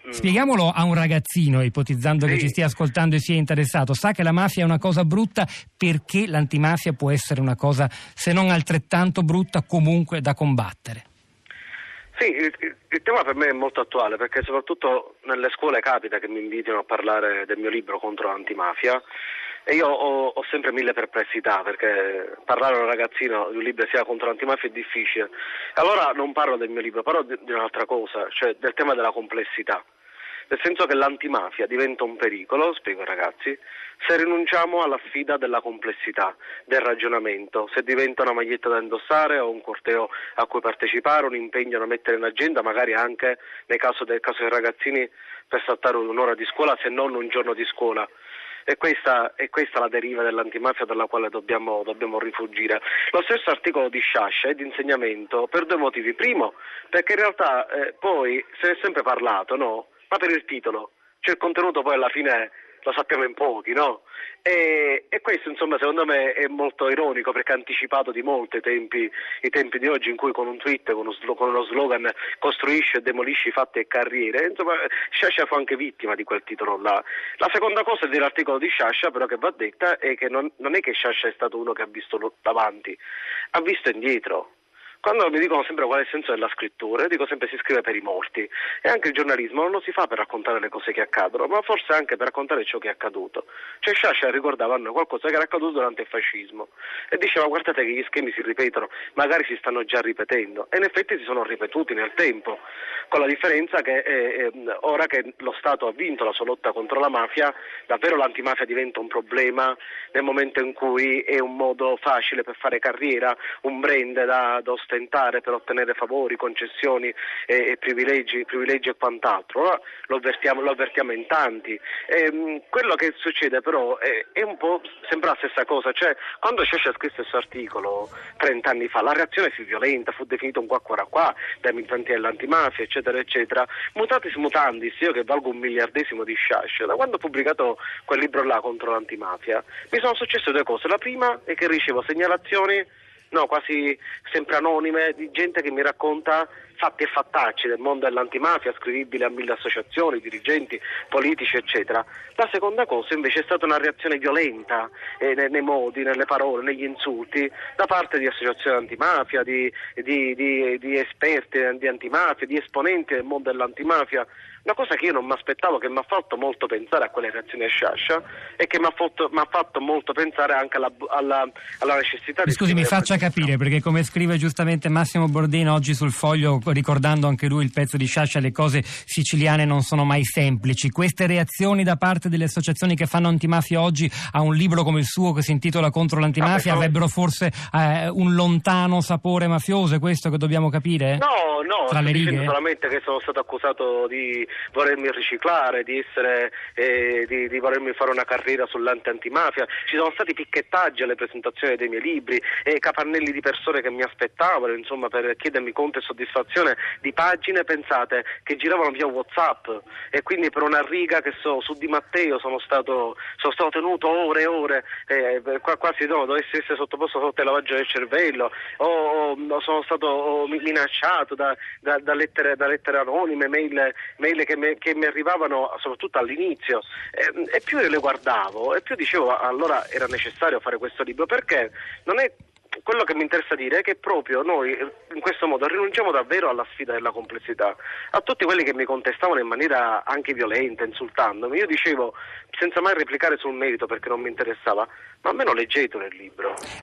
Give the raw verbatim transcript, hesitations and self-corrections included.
Spieghiamolo a un ragazzino, ipotizzando sì. che ci stia ascoltando e sia interessato. Sa che la mafia è una cosa brutta, perché l'antimafia può essere una cosa, se non altrettanto brutta, comunque da combattere. Sì, il, il tema per me è molto attuale, perché soprattutto nelle scuole capita che mi invitino a parlare del mio libro contro l'antimafia, e io ho, ho sempre mille perplessità, perché parlare a un ragazzino di un libro sia contro l'antimafia è difficile. Allora non parlo del mio libro, parlo di, di un'altra cosa, cioè del tema della complessità. Nel senso che l'antimafia diventa un pericolo, spiego ragazzi, se rinunciamo alla sfida della complessità, del ragionamento, se diventa una maglietta da indossare o un corteo a cui partecipare, un impegno da mettere in agenda, magari anche nel caso del caso dei ragazzini per saltare un'ora di scuola, se non un giorno di scuola. E questa è questa la deriva dell'antimafia dalla quale dobbiamo, dobbiamo rifugire. Lo stesso articolo di Sciascia è di insegnamento per due motivi. Primo, perché in realtà eh, poi se ne è sempre parlato, no? Ma per il titolo, cioè il contenuto poi alla fine lo sappiamo in pochi, no? E, e questo insomma secondo me è molto ironico, perché ha anticipato di molto i tempi, i tempi di oggi, in cui con un tweet, con uno, con uno slogan costruisci e demolisci fatti e carriere. Insomma Sciascia fu anche vittima di quel titolo là. La seconda cosa dell'articolo di Sciascia però che va detta è che non, non è che Sciascia è stato uno che ha visto davanti, ha visto indietro. Quando mi dicono sempre qual è il senso della scrittura, io dico sempre si scrive per i morti, e anche il giornalismo non lo si fa per raccontare le cose che accadono, ma forse anche per raccontare ciò che è accaduto. Cioè Sciascia ricordava a noi qualcosa che era accaduto durante il fascismo e diceva guardate che gli schemi si ripetono, magari si stanno già ripetendo, e in effetti si sono ripetuti nel tempo, con la differenza che eh, eh, ora che lo Stato ha vinto la sua lotta contro la mafia, davvero l'antimafia diventa un problema nel momento in cui è un modo facile per fare carriera, un brand da, da ostentare per ottenere favori, concessioni e, e privilegi, privilegi e quant'altro. Ora lo avvertiamo, lo avvertiamo in tanti. E, mh, quello che succede però è, è un po' sembra la stessa cosa, cioè quando Sciascia scrisse questo articolo trent'anni fa la reazione fu violenta, fu definito un qua qua qua dai militanti dell'antimafia eccetera eccetera. Mutatis mutandis, io che valgo un miliardesimo di Sciascia, da quando ho pubblicato quel libro là contro l'antimafia mi sono successe due cose. La prima è che ricevo segnalazioni no, quasi sempre anonime, di gente che mi racconta fatti e fattacci del mondo dell'antimafia, scrivibili a mille associazioni, dirigenti, politici, eccetera. La seconda cosa invece è stata una reazione violenta eh, nei, nei modi, nelle parole, negli insulti, da parte di associazioni antimafia, di, di, di, di esperti di antimafia, di esponenti del mondo dell'antimafia. Una cosa che io non mi aspettavo, che mi ha fatto molto pensare a quelle reazioni a Sciascia e che mi ha fatto, mi ha fatto molto pensare anche alla, alla, alla necessità di... Scusi, mi faccia capire, perché come scrive giustamente Massimo Bordin oggi sul Foglio, ricordando anche lui il pezzo di Sciascia, le cose siciliane non sono mai semplici. Queste reazioni da parte delle associazioni che fanno antimafia oggi a un libro come il suo che si intitola Contro l'antimafia avrebbero forse eh, un lontano sapore mafioso? È questo che dobbiamo capire? No, no, tra le righe? Solamente che sono stato accusato di volermi riciclare, di essere eh, di, di volermi fare una carriera sull'anti-antimafia. Ci sono stati picchettaggi alle presentazioni dei miei libri e capannelli di persone che mi aspettavano, insomma, per chiedermi conto e soddisfazione di pagine, pensate, che giravano via WhatsApp, e quindi per una riga che so su Di Matteo sono stato sono stato tenuto ore e ore, eh, quasi no, dovessi essere sottoposto sotto il lavaggio del cervello, o, o sono stato o minacciato da, da, da lettere da lettere anonime, mail, mail che, mi, che mi arrivavano soprattutto all'inizio, eh, e più io le guardavo e più dicevo allora era necessario fare questo libro, perché non è quello che mi interessa dire è che proprio noi in questo modo rinunciamo davvero alla sfida della complessità. A tutti quelli che mi contestavano in maniera anche violenta, insultandomi, io dicevo senza mai replicare sul merito perché non mi interessava, ma almeno leggetelo il libro.